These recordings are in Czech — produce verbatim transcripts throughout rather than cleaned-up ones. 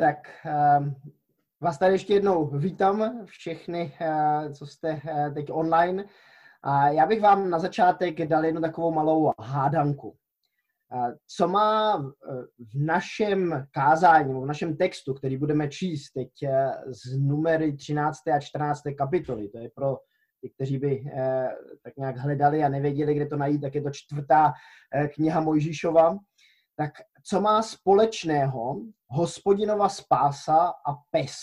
Tak vás tady ještě jednou vítám všechny, co jste teď online. A já bych vám na začátek dal jednu takovou malou hádanku. Co má v našem kázání, v našem textu, který budeme číst teď z numery třinácté a čtrnácté kapitoly, to je pro ty, kteří by tak nějak hledali a nevěděli, kde to najít, tak je to čtvrtá kniha Mojžíšova. Tak co má společného Hospodinova spása a pes?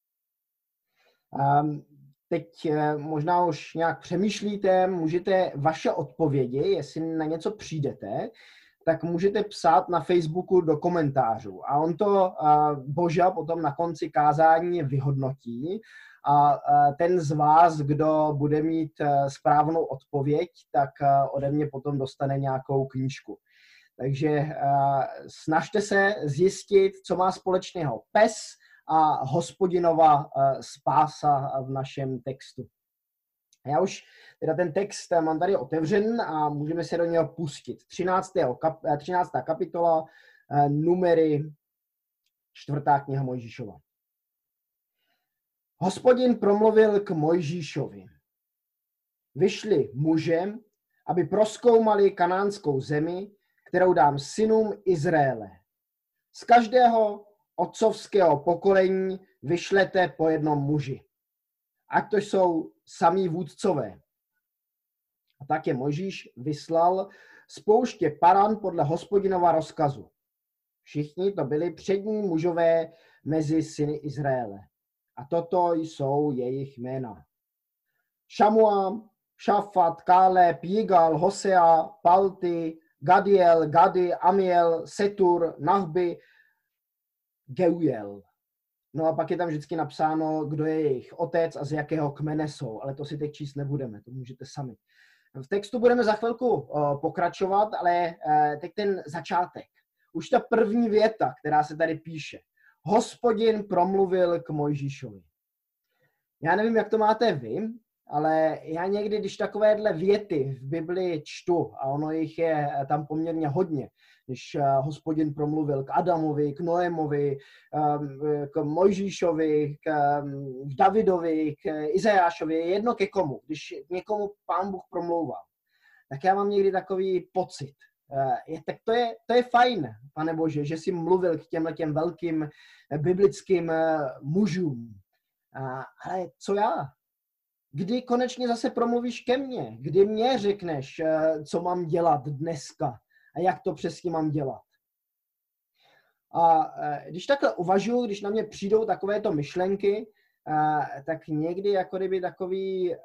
Um, teď možná už nějak přemýšlíte, můžete vaše odpovědi, jestli na něco přijdete, tak můžete psát na Facebooku do komentářů. A on to uh, Boža potom na konci kázání vyhodnotí. A uh, ten z vás, kdo bude mít uh, správnou odpověď, tak uh, ode mě potom dostane nějakou knížku. Takže uh, snažte se zjistit, co má společného pes a Hospodinova uh, spása v našem textu. Já už teda ten text mám tady otevřen a můžeme se do něho pustit. třináctá kapitola, uh, numery, čtvrtá kniha Mojžíšova. Hospodin promluvil k Mojžíšovi. Vyšli muže, aby prozkoumali kanánskou zemi, kterou dám synům Izraele. Z každého otcovského pokolení vyšlete po jednom muži. Ať to jsou samí vůdcové. A tak je Mojžíš vyslal z pouště Paran podle Hospodinova rozkazu. Všichni to byli přední mužové mezi syny Izraele. A toto jsou jejich jména. Šamua, Šafat, Káleb, Jigal, Hosea, Palti, Gadiel, Gadi, Amiel, Setur, Nahbi, Geuel. No a pak je tam vždycky napsáno, kdo je jejich otec a z jakého kmene jsou, ale to si teď číst nebudeme, to můžete sami. V textu budeme za chvilku uh, pokračovat, ale uh, teď ten začátek. Už ta první věta, která se tady píše. Hospodin promluvil k Mojžíšovi. Já nevím, jak to máte vy, ale já někdy, když takovéhle věty v Bibli čtu, a ono jich je tam poměrně hodně, když Hospodin promluvil k Adamovi, k Noémovi, k Mojžíšovi, k Davidovi, k Izajášovi, jedno ke komu, když někomu Pán Bůh promlouval, tak já mám někdy takový pocit. Je, tak to je, to je fajn, Pane Bože, že jsi mluvil k těmhle těm velkým biblickým mužům. Ale co já? Kdy konečně zase promluvíš ke mně? Kdy mě řekneš, co mám dělat dneska a jak to přesně mám dělat? A když takhle uvažuji, když na mě přijdou takovéto myšlenky, tak někdy jako kdyby takový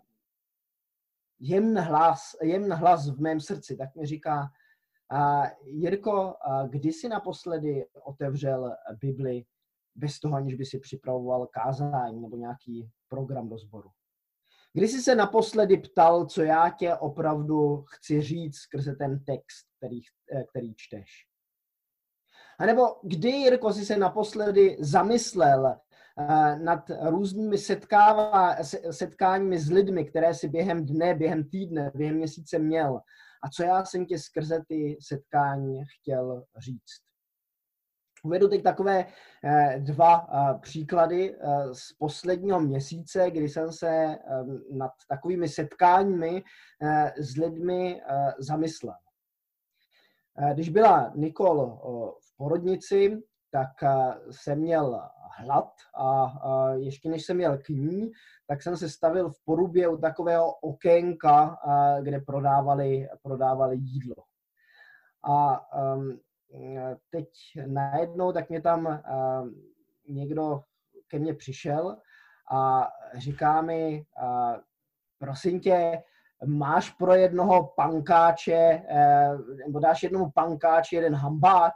jemný hlas, jemný hlas v mém srdci, tak mi říká, Jirko, kdy jsi naposledy otevřel Bibli bez toho, aniž by si připravoval kázání nebo nějaký program do sboru? Kdy jsi se naposledy ptal, co já tě opravdu chci říct skrze ten text, který, který čteš? A nebo kdy, Jirko, jsi se naposledy zamyslel uh, nad různými setkává, setkáními s lidmi, které si během dne, během týdne, během měsíce měl? A co já jsem tě skrze ty setkání chtěl říct? Uvedu teď takové eh, dva eh, příklady eh, z posledního měsíce, kdy jsem se eh, nad takovými setkáními eh, s lidmi eh, zamyslel. Eh, když byla Nikol eh, v porodnici, tak eh, jsem měl hlad a eh, ještě než jsem měl k ní, tak jsem se stavil v Porubě u takového okénka, eh, kde prodávali, prodávali jídlo. A eh, teď najednou, tak mě tam uh, někdo ke mně přišel a říká mi, uh, prosím tě, máš pro jednoho pankáče, uh, nebo dáš jednomu pankáči jeden hambáč?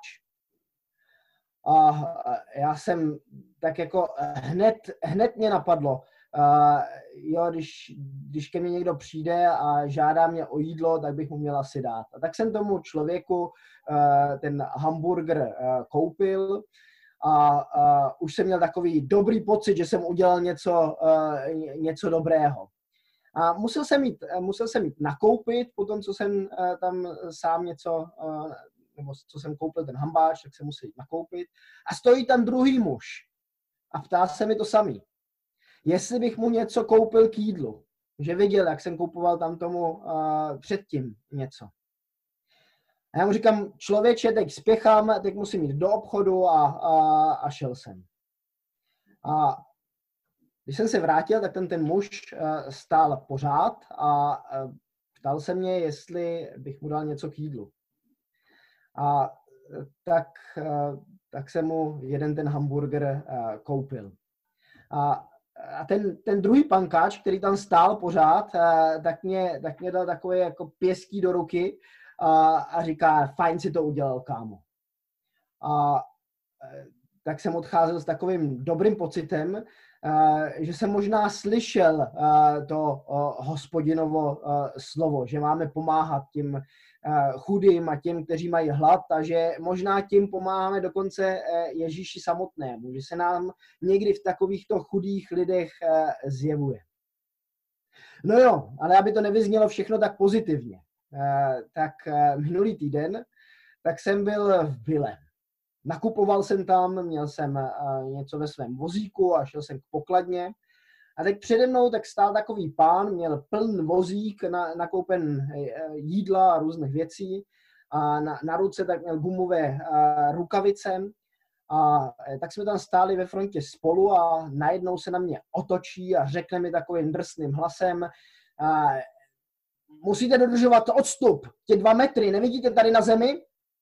A uh, já jsem tak jako hned, hned mě napadlo, uh, jo, když, když ke mně někdo přijde a žádá mě o jídlo, tak bych mu měl asi dát. A tak jsem tomu člověku uh, ten hamburger uh, koupil a uh, už jsem měl takový dobrý pocit, že jsem udělal něco, uh, něco dobrého. A musel jsem jít, musel jsem jít nakoupit, potom co jsem uh, tam sám něco uh, nebo co jsem koupil, ten hambáč, tak jsem musel jít nakoupit. A stojí tam druhý muž a ptá se mi to samý. Jestli bych mu něco koupil k jídlu. Že viděl, jak jsem kupoval tam tomu uh, předtím něco. A já mu říkám, člověče, teď spěchám, teď musím jít do obchodu a, a, a šel jsem. A když jsem se vrátil, tak ten, ten muž uh, stál pořád a uh, ptal se mě, jestli bych mu dal něco k jídlu. A uh, tak, uh, tak jsem mu jeden ten hamburger uh, koupil. A, a ten, ten druhý pankáč, který tam stál pořád, uh, tak, mě, tak mě dal takové jako pěstí do ruky a, a říká, fajn si to udělal, kámo. A uh, tak jsem odcházel s takovým dobrým pocitem, Uh, že jsem možná slyšel uh, to uh, hospodinovo uh, slovo, že máme pomáhat těm uh, chudým a těm, kteří mají hlad a že možná tím pomáháme dokonce uh, Ježíši samotnému, že se nám někdy v takovýchto chudých lidech uh, zjevuje. No jo, ale aby to nevyznělo všechno tak pozitivně, uh, tak uh, minulý týden tak jsem byl v Bile. Nakupoval jsem tam, měl jsem uh, něco ve svém vozíku a šel jsem k pokladně. A teď přede mnou tak stál takový pán, měl plný vozík, na, nakoupen uh, jídla a různých věcí. A na, na ruce tak měl gumové uh, rukavice. A uh, tak jsme tam stáli ve frontě spolu a najednou se na mě otočí a řekne mi takovým drsným hlasem, uh, musíte dodržovat odstup, tě dva metry, nevidíte tady na zemi?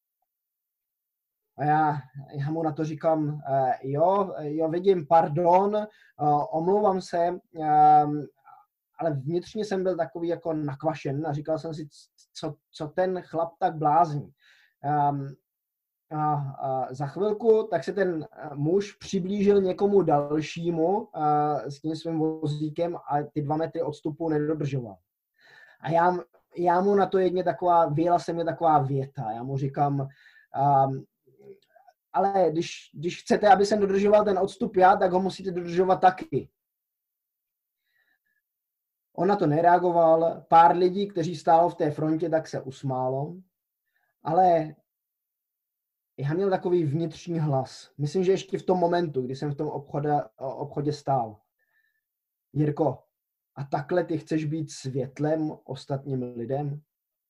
A já, já mu na to říkám, uh, jo, jo, vidím, pardon, uh, omlouvám se, um, ale vnitřně jsem byl takový jako nakvašen a říkal jsem si, co, co ten chlap tak blázní. Um, a, a za chvilku tak se ten muž přiblížil někomu dalšímu uh, s tím svým vozíkem a ty dva metry odstupu nedodržoval. A já, já mu na to jedně taková, vyjela se mi taková věta, já mu říkám, um, ale když, když chcete, aby jsem dodržoval ten odstup já, tak ho musíte dodržovat taky. On na to nereagoval, pár lidí, kteří stálo v té frontě, tak se usmálo, ale já měl takový vnitřní hlas. Myslím, že ještě v tom momentu, kdy jsem v tom obchodě, obchodě stál. Jirko, a takhle ty chceš být světlem ostatním lidem?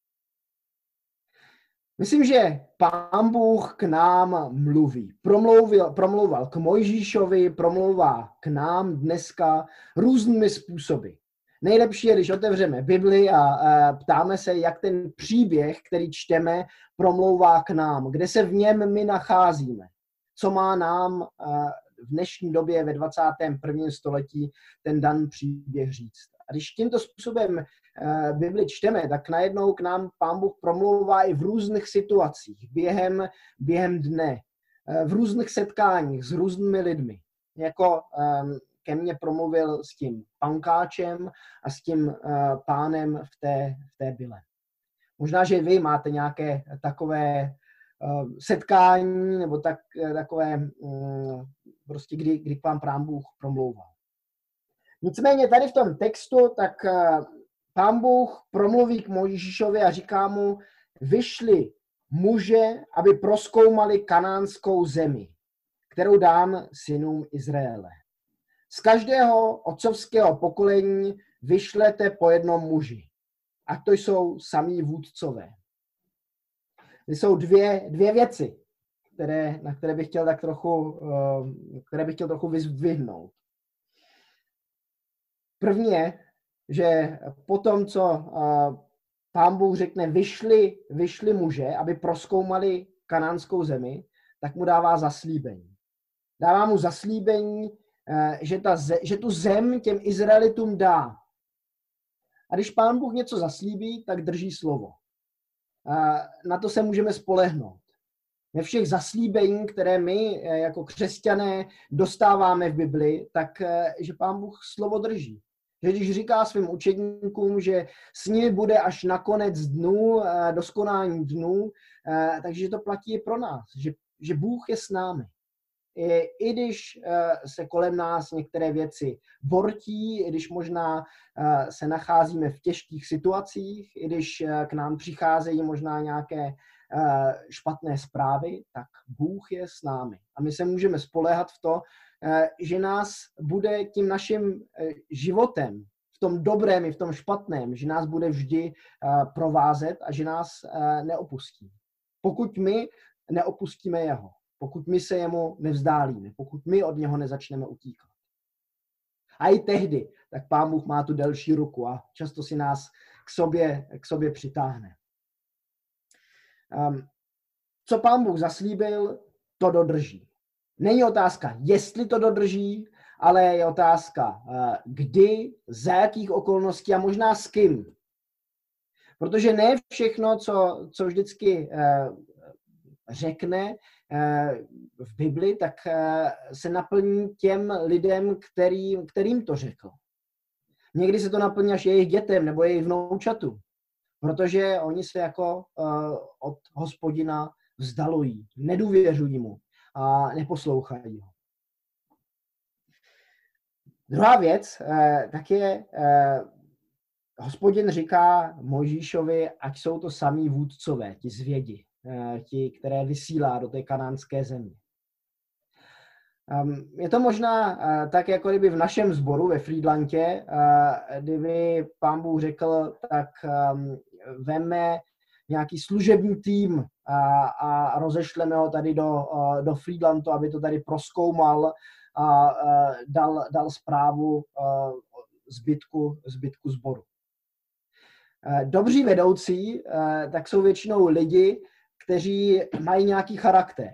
Myslím, že Pán Bůh k nám mluví. Promluvil, promlouval k Mojžíšovi, promlouvá k nám dneska různými způsoby. Nejlepší je, když otevřeme Bibli a, a ptáme se, jak ten příběh, který čteme, promlouvá k nám, kde se v něm my nacházíme. Co má nám a, v dnešní době ve dvacátém prvním století ten daný příběh říct. A když tímto způsobem Bibli čteme, tak najednou k nám Pán Bůh promlouvá i v různých situacích, během, během dne, v různých setkáních s různými lidmi. Jako um, ke mně promluvil s tím pankáčem a s tím uh, pánem v té, v té Bile. Možná, že vy máte nějaké takové uh, setkání nebo tak, takové, um, prostě kdy, kdy k vám Pán Bůh promlouvá. Nicméně tady v tom textu, tak uh, Pán Bůh promluví k Mojžíšovi a říká mu, vyšli muže, aby prozkoumali kanánskou zemi, kterou dám synům Izraele. Z každého otcovského pokolení vyšlete po jednom muži. A to jsou samí vůdcové. To jsou dvě, dvě věci, které, na které bych chtěl tak trochu, které bych chtěl trochu vyzdvihnout. První je, že potom, co uh, Pán Bůh řekne, vyšli, vyšli muže, aby prozkoumali kanánskou zemi, tak mu dává zaslíbení. Dává mu zaslíbení, uh, že, ta ze, že tu zem těm Izraelitům dá. A když Pán Bůh něco zaslíbí, tak drží slovo. Uh, na to se můžeme spolehnout. Ve všech zaslíbení, které my jako křesťané dostáváme v Bibli, tak že Pán Bůh slovo drží. Že když říká svým učedníkům, že s nimi bude až na konec dnů, do skonání dnů, takže to platí i pro nás, že, že Bůh je s námi. I, I když se kolem nás některé věci bortí, i když možná se nacházíme v těžkých situacích, i když k nám přicházejí možná nějaké špatné zprávy, tak Bůh je s námi. A my se můžeme spoléhat v to, že nás bude tím naším životem, v tom dobrém i v tom špatném, že nás bude vždy provázet a že nás neopustí. Pokud my neopustíme jeho, pokud my se jemu nevzdálíme, pokud my od něho nezačneme utíkat. A i tehdy, tak Pán Bůh má tu delší ruku a často si nás k sobě, k sobě přitáhne. Um, co Pán Bůh zaslíbil, to dodrží. Není otázka, jestli to dodrží, ale je otázka, kdy, za jakých okolností a možná s kým. Protože ne všechno, co, co vždycky řekne v Bibli, tak se naplní těm lidem, kterým, kterým to řekl. Někdy se to naplní až jejich dětem nebo jejich vnoučatům, protože oni se jako od Hospodina vzdalují, nedůvěřují mu a neposlouchají ho. Druhá věc, tak je, Hospodin říká Mojžíšovi, ať jsou to samí vůdcové, ti zvědi, ti, které vysílá do té kanánské země. Je to možná tak, jako kdyby v našem sboru ve Frýdlantě, kdyby Pán Bůh řekl, tak veme nějaký služební tým a, a rozešleme ho tady do, do Frýdlantu, aby to tady prozkoumal a dal, dal zprávu zbytku, zbytku sboru. Dobří vedoucí, tak jsou většinou lidi, kteří mají nějaký charakter.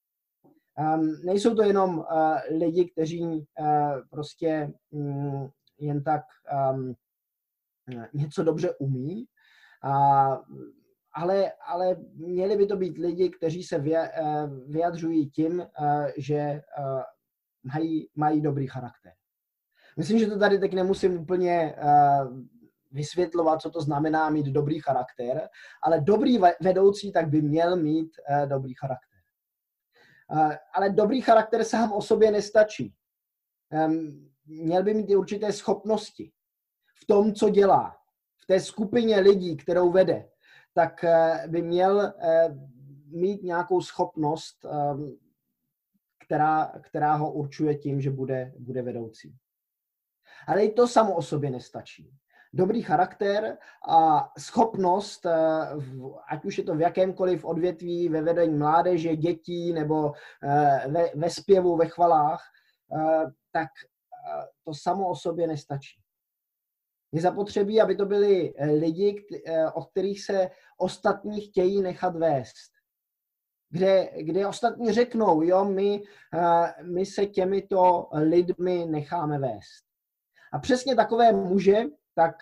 Um, nejsou to jenom uh, lidi, kteří uh, prostě um, jen tak um, něco dobře umí, uh, ale, ale měli by to být lidi, kteří se vě, uh, vyjadřují tím, uh, že uh, mají, mají dobrý charakter. Myslím, že to tady teď nemusím úplně uh, vysvětlovat, co to znamená mít dobrý charakter, ale dobrý vedoucí tak by měl mít uh, dobrý charakter. Uh, ale dobrý charakter sám o sobě nestačí. Um, měl by mít i určité schopnosti v tom, co dělá. V té skupině lidí, kterou vede, tak uh, by měl uh, mít nějakou schopnost, um, která, která ho určuje tím, že bude, bude vedoucí. Ale i to samo o sobě nestačí. Dobrý charakter a schopnost, ať už je to v jakémkoliv odvětví, ve vedení mládeže, dětí nebo ve, ve zpěvu, ve chvalách, tak to samo o sobě nestačí. Je zapotřebí, aby to byli lidi, od kterých se ostatní chtějí nechat vést. Kde, kde ostatní řeknou, jo, my, my se těmito lidmi necháme vést. A přesně takové muže tak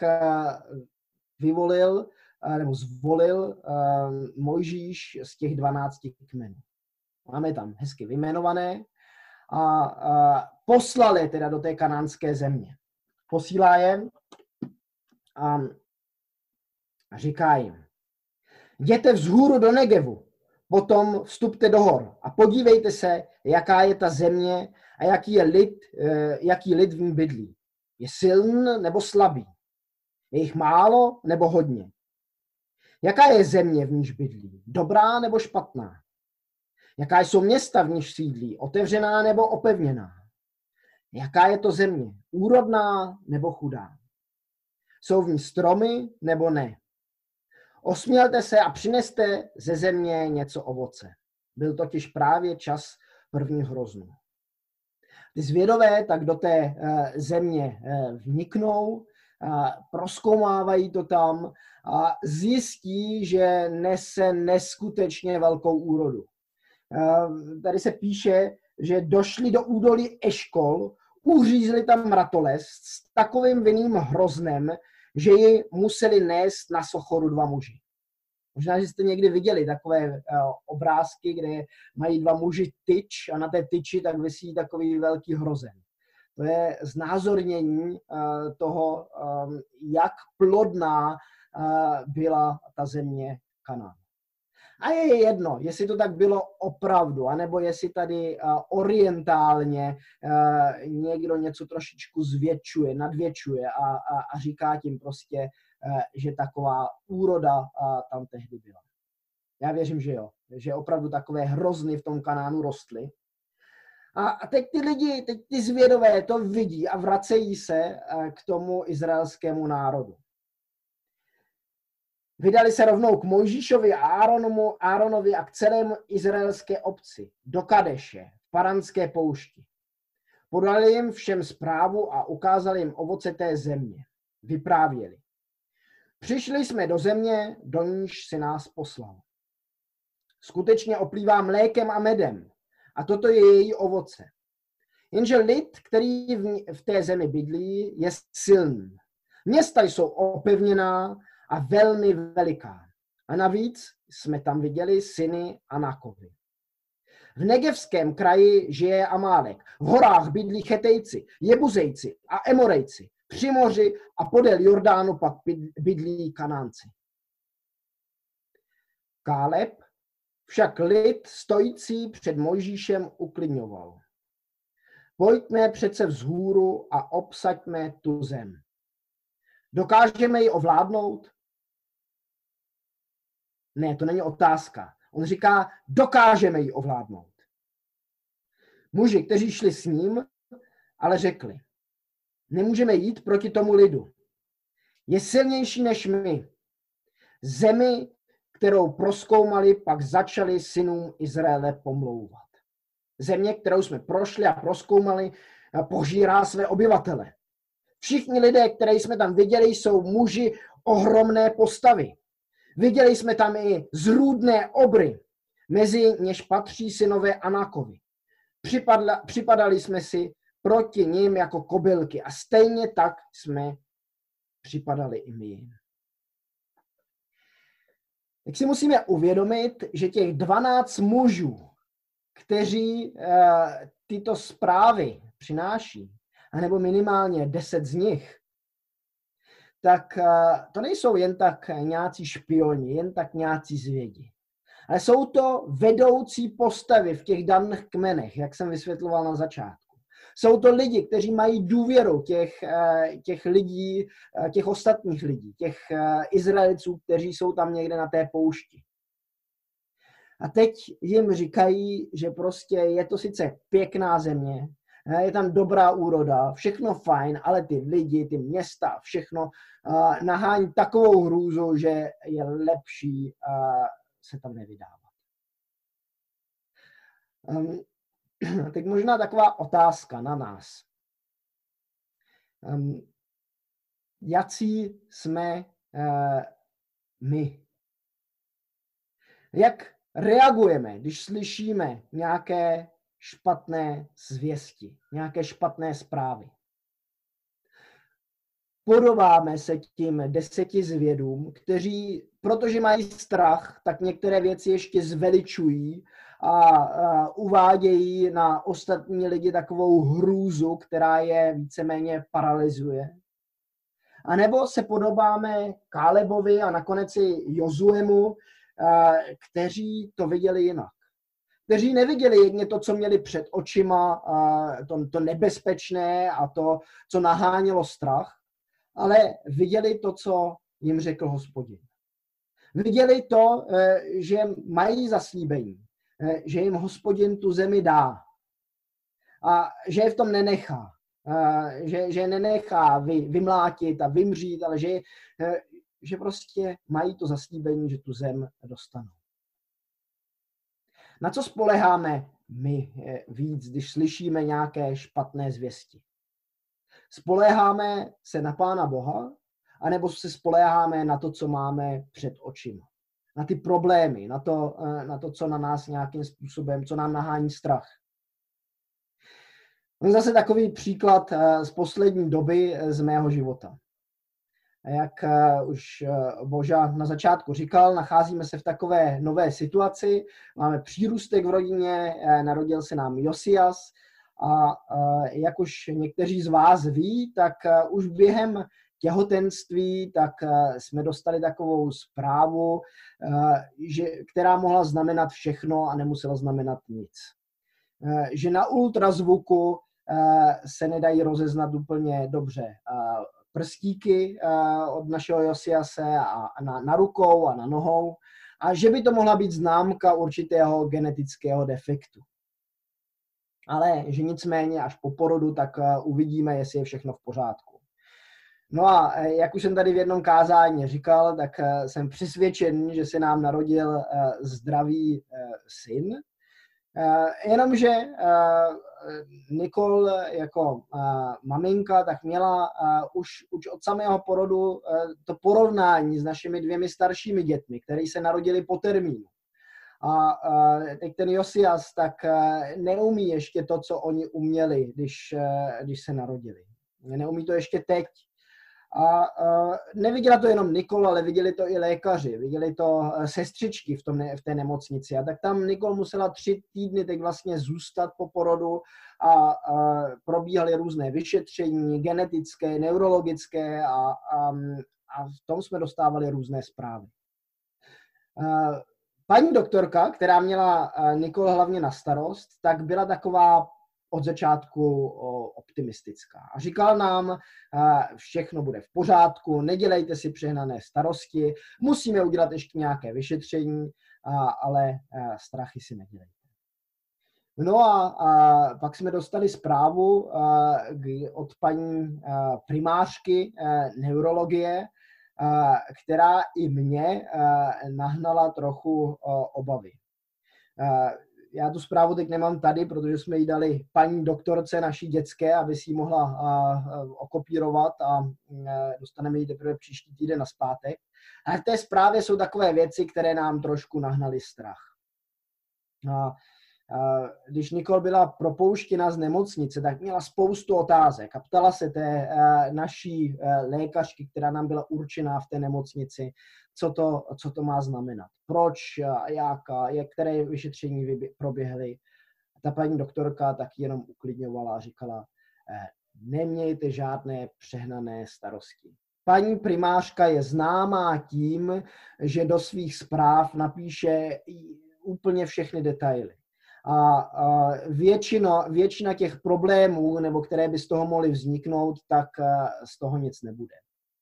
vyvolil nebo zvolil Mojžíš z těch dvanácti kmenů. Máme tam hezky vyjmenované a poslal je teda do té kanánské země. Posílá je a říká jim, jděte vzhůru do Negevu, potom vstupte do hor a podívejte se, jaká je ta země a jaký je lid, jaký lid v ní bydlí. Je silný nebo slabý? Je jich málo nebo hodně? Jaká je země, v níž bydlí? Dobrá nebo špatná? Jaká jsou města, v níž sídlí? Otevřená nebo opevněná? Jaká je to země? Úrodná nebo chudá? Jsou v ní stromy nebo ne? Osmělte se a přineste ze země něco ovoce. Byl totiž právě čas první hroznů. Ty zvědové tak do té země vniknou, prozkoumávají to tam a zjistí, že nese neskutečně velkou úrodu. Tady se píše, že došli do údolí Eškol, uřízli tam mratoles s takovým vinným hroznem, že ji museli nést na sochoru dva muži. Možná, že jste někdy viděli takové uh, obrázky, kde mají dva muži tyč a na té tyči tak visí takový velký hrozen. To je znázornění uh, toho, um, jak plodná uh, byla ta země Kanán. A je jedno, jestli to tak bylo opravdu, anebo jestli tady uh, orientálně uh, někdo něco trošičku zvětšuje, nadvětšuje a, a, a říká tím prostě, uh, že taková úroda uh, tam tehdy byla. Já věřím, že jo. Že opravdu takové hrozny v tom Kanánu rostly. A teď ty lidi, teď ty zvědové to vidí a vracejí se k tomu izraelskému národu. Vydali se rovnou k Mojžíšovi a Áronomu, Áronovi a k celému izraelské obci do Kadeše v Paranské poušti. Podali jim všem zprávu a ukázali jim ovoce té země. Vyprávěli. Přišli jsme do země, do níž si nás poslal. Skutečně oplývá mlékem a medem a toto je její ovoce. Jenže lid, který v té zemi bydlí, je silný. Města jsou opevněná a velmi veliká. A navíc jsme tam viděli syny Anakovi. V Negevském kraji žije Amálek. V horách bydlí Chetejci, Jebuzejci a Emorejci. Při moři a podél Jordánu pak bydlí Kanánci. Káleb však lid stojící před Mojžíšem uklidňoval. Pojďme přece vzhůru a obsaďme tu zem. Dokážeme ji ovládnout? Ne, to není otázka. On říká, dokážeme ji ovládnout. Muži, kteří šli s ním, ale řekli, nemůžeme jít proti tomu lidu. Je silnější než my. Zemi, kterou prozkoumali, pak začali synům Izraele pomlouvat. Země, kterou jsme prošli a prozkoumali, požírá své obyvatele. Všichni lidé, které jsme tam viděli, jsou muži ohromné postavy. Viděli jsme tam i zrůdné obry, mezi něž patří synové Anakovi. Připadla, připadali jsme si proti nim jako kobylky a stejně tak jsme připadali i my. Tak si musíme uvědomit, že těch dvanáct mužů, kteří uh, tyto zprávy přináší, anebo minimálně deset z nich, tak uh, to nejsou jen tak nějací špioni, jen tak nějací zvědi. Ale jsou to vedoucí postavy v těch daných kmenech, jak jsem vysvětloval na začátku. Jsou to lidi, kteří mají důvěru těch, těch lidí, těch ostatních lidí, těch Izraelců, kteří jsou tam někde na té poušti. A teď jim říkají, že prostě je to sice pěkná země, je tam dobrá úroda, všechno fajn, ale ty lidi, ty města, všechno nahání takovou hrůzu, že je lepší se tam nevydávat. Um, teď možná taková otázka na nás. Um, jací jsme uh, my? Jak reagujeme, když slyšíme nějaké špatné zvěsti, nějaké špatné zprávy? Podobáme se tím deseti zvědům, kteří, protože mají strach, tak některé věci ještě zveličují a, a uvádějí na ostatní lidi takovou hrůzu, která je víceméně paralyzuje. A nebo se podobáme Kálebovi a nakonec i Jozuemu, kteří to viděli jinak. Kteří neviděli jedně to, co měli před očima, to, to nebezpečné a to, co nahánělo strach, ale viděli to, co jim řekl Hospodin. Viděli to, že mají zaslíbení, že jim Hospodin tu zemi dá a že je v tom nenechá. Že, že nenechá vy, vymlátit a vymřít, ale že, že prostě mají to zaslíbení, že tu zem dostanou. Na co spoléháme my víc, když slyšíme nějaké špatné zvěsti? Spoléháme se na Pána Boha, anebo se spoléháme na to, co máme před očima? Na ty problémy, na to, na to, co na nás nějakým způsobem, co nám nahání strach. Zase takový příklad z poslední doby z mého života. Jak už Boža na začátku říkal, nacházíme se v takové nové situaci, máme přírůstek v rodině, narodil se nám Josias a jak už někteří z vás ví, tak už během těhotenství tak jsme dostali takovou zprávu, že, která mohla znamenat všechno a nemusela znamenat nic. Že na ultrazvuku se nedají rozeznat úplně dobře prstíky od našeho Josiase a na, na rukou a na nohou. a že by to mohla být známka určitého genetického defektu. Ale že nicméně až po porodu, tak uvidíme, jestli je všechno v pořádku. No a jak už jsem tady v jednom kázání říkal, tak jsem přesvědčen, že se nám narodil zdravý syn. Jenomže Nicole jako maminka tak měla už, už od samého porodu to porovnání s našimi dvěmi staršími dětmi, které se narodily po termínu. A teď ten Josias tak neumí ještě to, co oni uměli, když, když se narodili. Neumí to ještě teď. A neviděla to jenom Nicole, ale viděli to i lékaři, viděli to sestřičky v, tom, v té nemocnici. A tak tam Nicole musela tři týdny teď vlastně zůstat po porodu a, a probíhaly různé vyšetření, genetické, neurologické a, a, a v tom jsme dostávali různé zprávy. Paní doktorka, která měla Nicole hlavně na starost, tak byla taková od začátku optimistická. A říkal nám, všechno bude v pořádku, nedělejte si přehnané starosti, musíme udělat ještě nějaké vyšetření, ale strachy si nedělejte. No a, a pak jsme dostali zprávu od paní primářky neurologie, která i mě nahnala trochu obavy. Já tu zprávu teď nemám tady, protože jsme ji dali paní doktorce naší dětské, aby si ji mohla okopírovat a dostaneme ji teprve příští týden nazpátek. A v té zprávě jsou takové věci, které nám trošku nahnaly strach. Když Nicole byla propouštěna z nemocnice, tak měla spoustu otázek a ptala se té naší lékařky, která nám byla určená v té nemocnici, co to, co to má znamenat, proč, jak, jak které vyšetření proběhly. Ta paní doktorka taky jenom uklidňovala a říkala, nemějte žádné přehnané starosti. Paní primářka je známá tím, že do svých zpráv napíše úplně všechny detaily. A, a většina, většina těch problémů, nebo které by z toho mohly vzniknout, tak z toho nic nebude.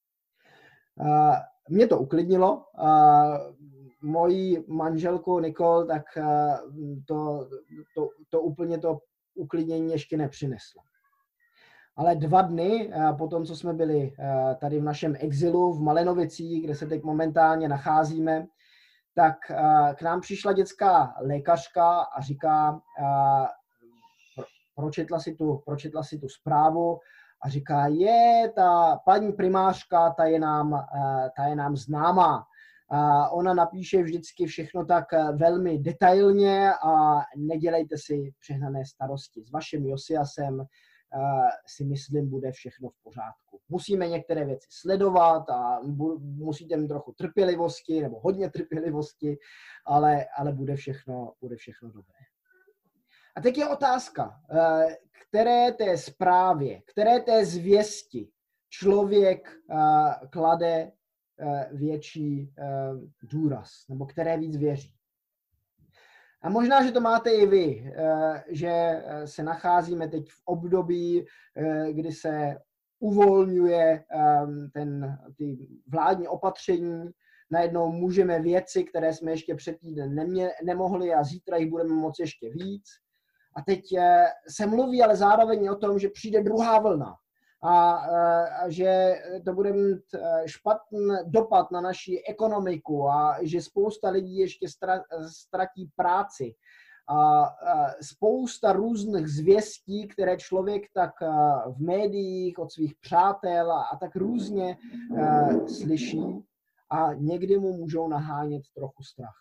A mě to uklidnilo. A moji manželku Nicole, tak to, to, to úplně to uklidnění ještě nepřineslo. Ale dva dny po tom, co jsme byli tady v našem exilu v Malenovicích, kde se teď momentálně nacházíme, tak k nám přišla dětská lékařka a říká, pročetla si tu, pročetla si tu zprávu a říká, je, ta paní primářka, ta je nám, ta je nám známá. Ona napíše vždycky všechno tak velmi detailně a nedělejte si přehnané starosti. S vaším Josiasem si myslím, bude všechno v pořádku. Musíme některé věci sledovat a musíte mít trochu trpělivosti, nebo hodně trpělivosti, ale, ale bude, všechno, bude všechno dobré. A teď je otázka, které té zprávě, které té zvěsti člověk klade větší důraz, nebo které víc věří. A možná, že to máte i vy, že se nacházíme teď v období, kdy se uvolňuje ten, ty vládní opatření. Najednou můžeme věci, které jsme ještě před týden nemě, nemohli a zítra jich budeme moci ještě víc. A teď se mluví ale zároveň o tom, že přijde druhá vlna. A, a že to bude mít špatný dopad na naši ekonomiku a že spousta lidí ještě ztratí práci. A, a spousta různých zvěstí, které člověk tak v médiích od svých přátel a, a tak různě a, slyší a někdy mu můžou nahánět trochu strach.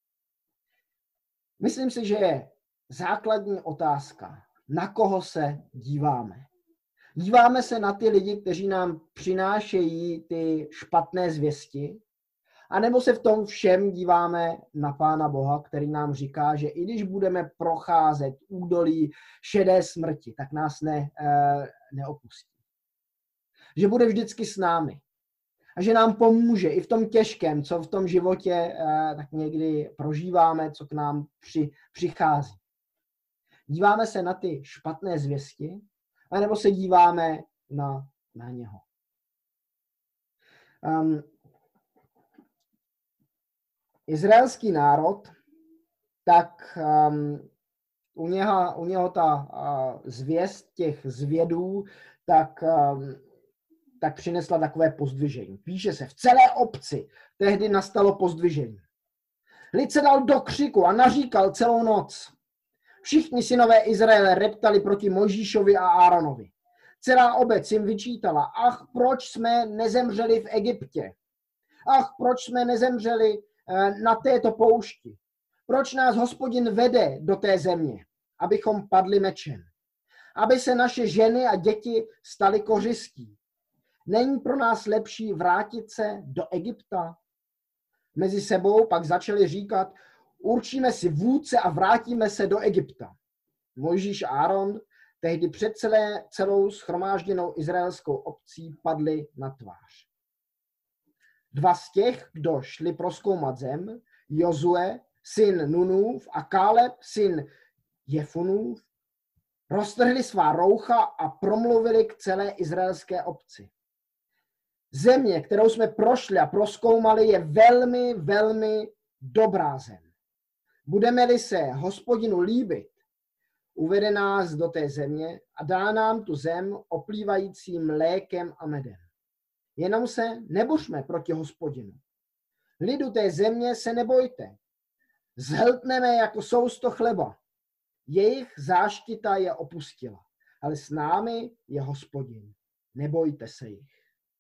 Myslím si, že je základní otázka, na koho se díváme. Díváme se na ty lidi, kteří nám přinášejí ty špatné zvěsti, anebo se v tom všem díváme na Pána Boha, který nám říká, že i když budeme procházet údolí šedé smrti, tak nás ne, neopustí. Že bude vždycky s námi. A že nám pomůže i v tom těžkém, co v tom životě tak někdy prožíváme, co k nám při, přichází. Díváme se na ty špatné zvěsti, anebo se díváme na, na něho. Um, izraelský národ, tak um, u, něha, u něho ta uh, zvěst těch zvědů, tak, um, tak přinesla takové pozdvižení. Píše se, v celé obci tehdy nastalo pozdvižení. Lid se dal do křiku a naříkal celou noc. Všichni synové Izraele reptali proti Mojžíšovi a Áronovi. Celá obec jim vyčítala, ach, proč jsme nezemřeli v Egyptě? Ach, proč jsme nezemřeli na této poušti? Proč nás Hospodin vede do té země, abychom padli mečem? Aby se naše ženy a děti staly kořistí. Není pro nás lepší vrátit se do Egypta? Mezi sebou pak začali říkat, určíme si vůdce a vrátíme se do Egypta. Mojžíš a Áron tehdy před celé, celou shromážděnou izraelskou obcí padli na tvář. Dva z těch, kdo šli prozkoumat zem, Jozue, syn Nunův, a Káleb, syn Jefunův, roztrhli svá roucha a promluvili k celé izraelské obci. Země, kterou jsme prošli a prozkoumali, je velmi, velmi dobrá zem. Budeme-li se Hospodinu líbit, uvede nás do té země a dá nám tu zem oplývající mlékem a medem. Jenom se nebořme proti Hospodinu. Lidu té země se nebojte. Zhltneme jako sousto chleba. Jejich záštita je opustila, ale s námi je Hospodin. Nebojte se jich.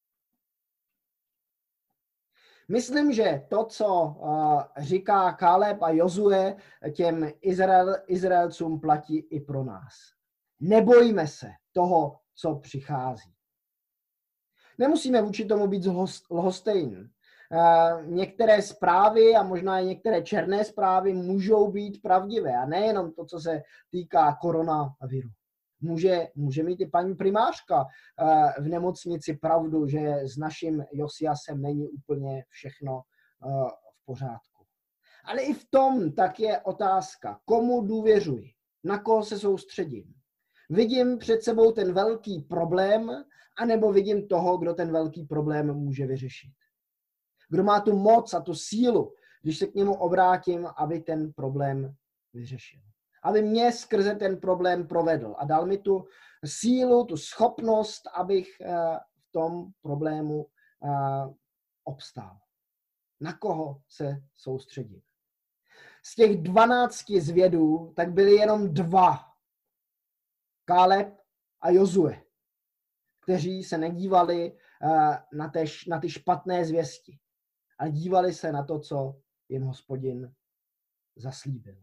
Myslím, že to, co uh, říká Káleb a Jozue těm Izrael, Izraelcům, platí i pro nás. Nebojme se toho, co přichází. Nemusíme vůči tomu být lhostejní. Uh, některé zprávy a možná i některé černé zprávy můžou být pravdivé. A nejenom to, co se týká koronaviru. Může, může mít i paní primářka uh, v nemocnici pravdu, že s naším Josiasem není úplně všechno uh, v pořádku. Ale i v tom tak je otázka, komu důvěřuji, na koho se soustředím. Vidím před sebou ten velký problém, anebo vidím toho, kdo ten velký problém může vyřešit. Kdo má tu moc a tu sílu, když se k němu obrátím, aby ten problém vyřešil. Aby mě skrze ten problém provedl a dal mi tu sílu, tu schopnost, abych v tom problému obstál. Na koho se soustředím? Z těch dvanácti zvědů tak byly jenom dva. Káleb a Jozue, kteří se nedívali na, té, na ty špatné zvěsti, ale dívali se na to, co jim Hospodin zaslíbil.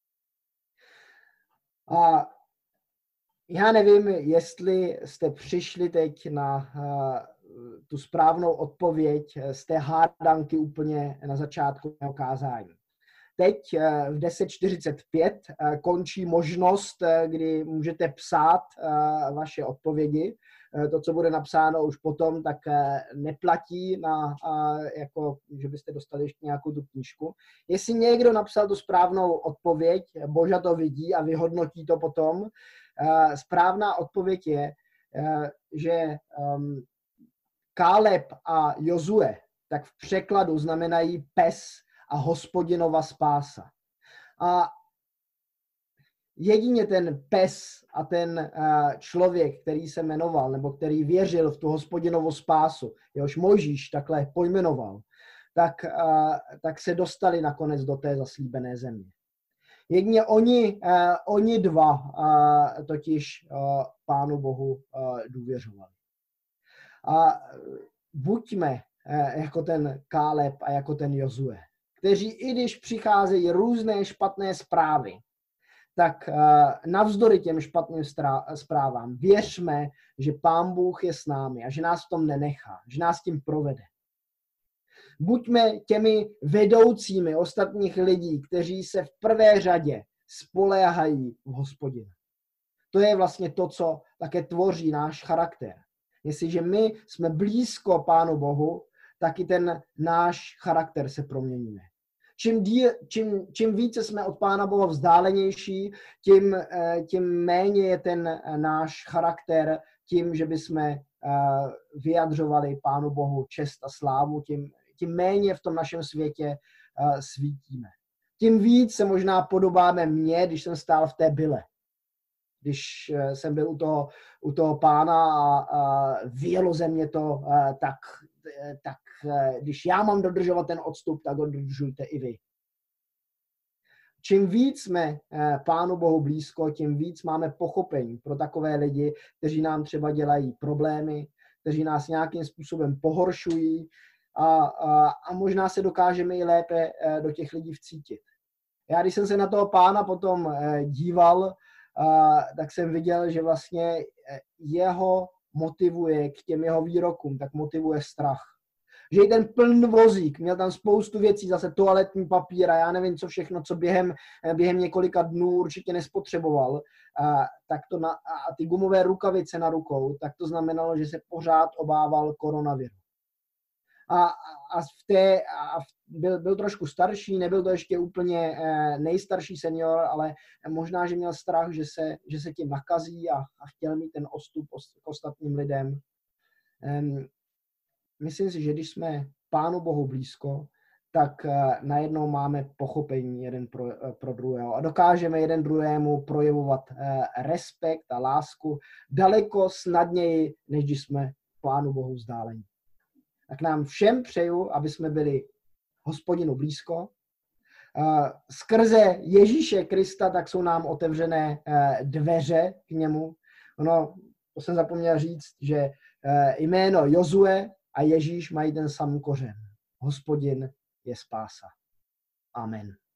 A já nevím, jestli jste přišli teď na uh, tu správnou odpověď z té hádanky úplně na začátku mého kázání. Teď uh, v deset čtyřicet pět uh, končí možnost, uh, kdy můžete psát uh, vaše odpovědi. Uh, to, co bude napsáno už potom, tak uh, neplatí, na, uh, jako, že byste dostali ještě nějakou tu knížku. Jestli někdo napsal tu správnou odpověď, Boža to vidí a vyhodnotí to potom. Uh, správná odpověď je, uh, že um, Káleb a Jozue tak v překladu znamenají pes a Hospodinova spása. A jedině ten pes a ten uh, člověk, který se jmenoval, nebo který věřil v tu Hospodinovu spásu, jehož Mojžíš takhle pojmenoval, tak, uh, tak se dostali nakonec do té zaslíbené země. Jedině oni, uh, oni dva uh, totiž uh, Pánu Bohu uh, důvěřovali. A buďme uh, jako ten Káleb a jako ten Jozue, kteří i když přicházejí různé špatné zprávy, tak uh, navzdory těm špatným zprávám věřme, že Pán Bůh je s námi a že nás v tom nenechá, že nás tím provede. Buďme těmi vedoucími ostatních lidí, kteří se v prvé řadě spoléhají v Hospodina. To je vlastně to, co také tvoří náš charakter. Jestliže my jsme blízko Pánu Bohu, tak i ten náš charakter se proměníme. Čím, díl, čím, čím více jsme od Pána Boha vzdálenější, tím, tím méně je ten náš charakter tím, že bychom vyjadřovali Pánu Bohu čest a slávu, tím, tím méně v tom našem světě svítíme. Tím víc se možná podobáme mně, když jsem stál v té byle. Když jsem byl u toho, u toho pána a, a vyjelo ze mě to, tak, tak když já mám dodržovat ten odstup, tak ho dodržujte i vy. Čím víc jsme Pánu Bohu blízko, tím víc máme pochopení pro takové lidi, kteří nám třeba dělají problémy, kteří nás nějakým způsobem pohoršují a, a, a možná se dokážeme i lépe do těch lidí vcítit. Já, když jsem se na toho pána potom díval, tak jsem viděl, že vlastně jeho motivuje k těm jeho výrokům, tak motivuje strach. Že i ten plný vozík, měl tam spoustu věcí, zase toaletní papír a já nevím, co všechno, co během, během několika dnů určitě nespotřeboval, a, tak to na, a ty gumové rukavice na rukou, tak to znamenalo, že se pořád obával koronaviru. A, a, v té, a byl, byl trošku starší, nebyl to ještě úplně nejstarší senior, ale možná, že měl strach, že se, že se tím nakazí a, a chtěl mít ten odstup k ostatním lidem. Um, Myslím si, že když jsme Pánu Bohu blízko, tak najednou máme pochopení jeden pro, pro druhého a dokážeme jeden druhému projevovat respekt a lásku daleko snadněji, než když jsme Pánu Bohu vzdálení. Tak nám všem přeju, aby jsme byli Hospodinu blízko. Skrze Ježíše Krista tak jsou nám otevřené dveře k němu. No, to jsem zapomněl říct, že jméno Jozue a Ježíš mají ten samý kořen. Hospodin je spása. Amen.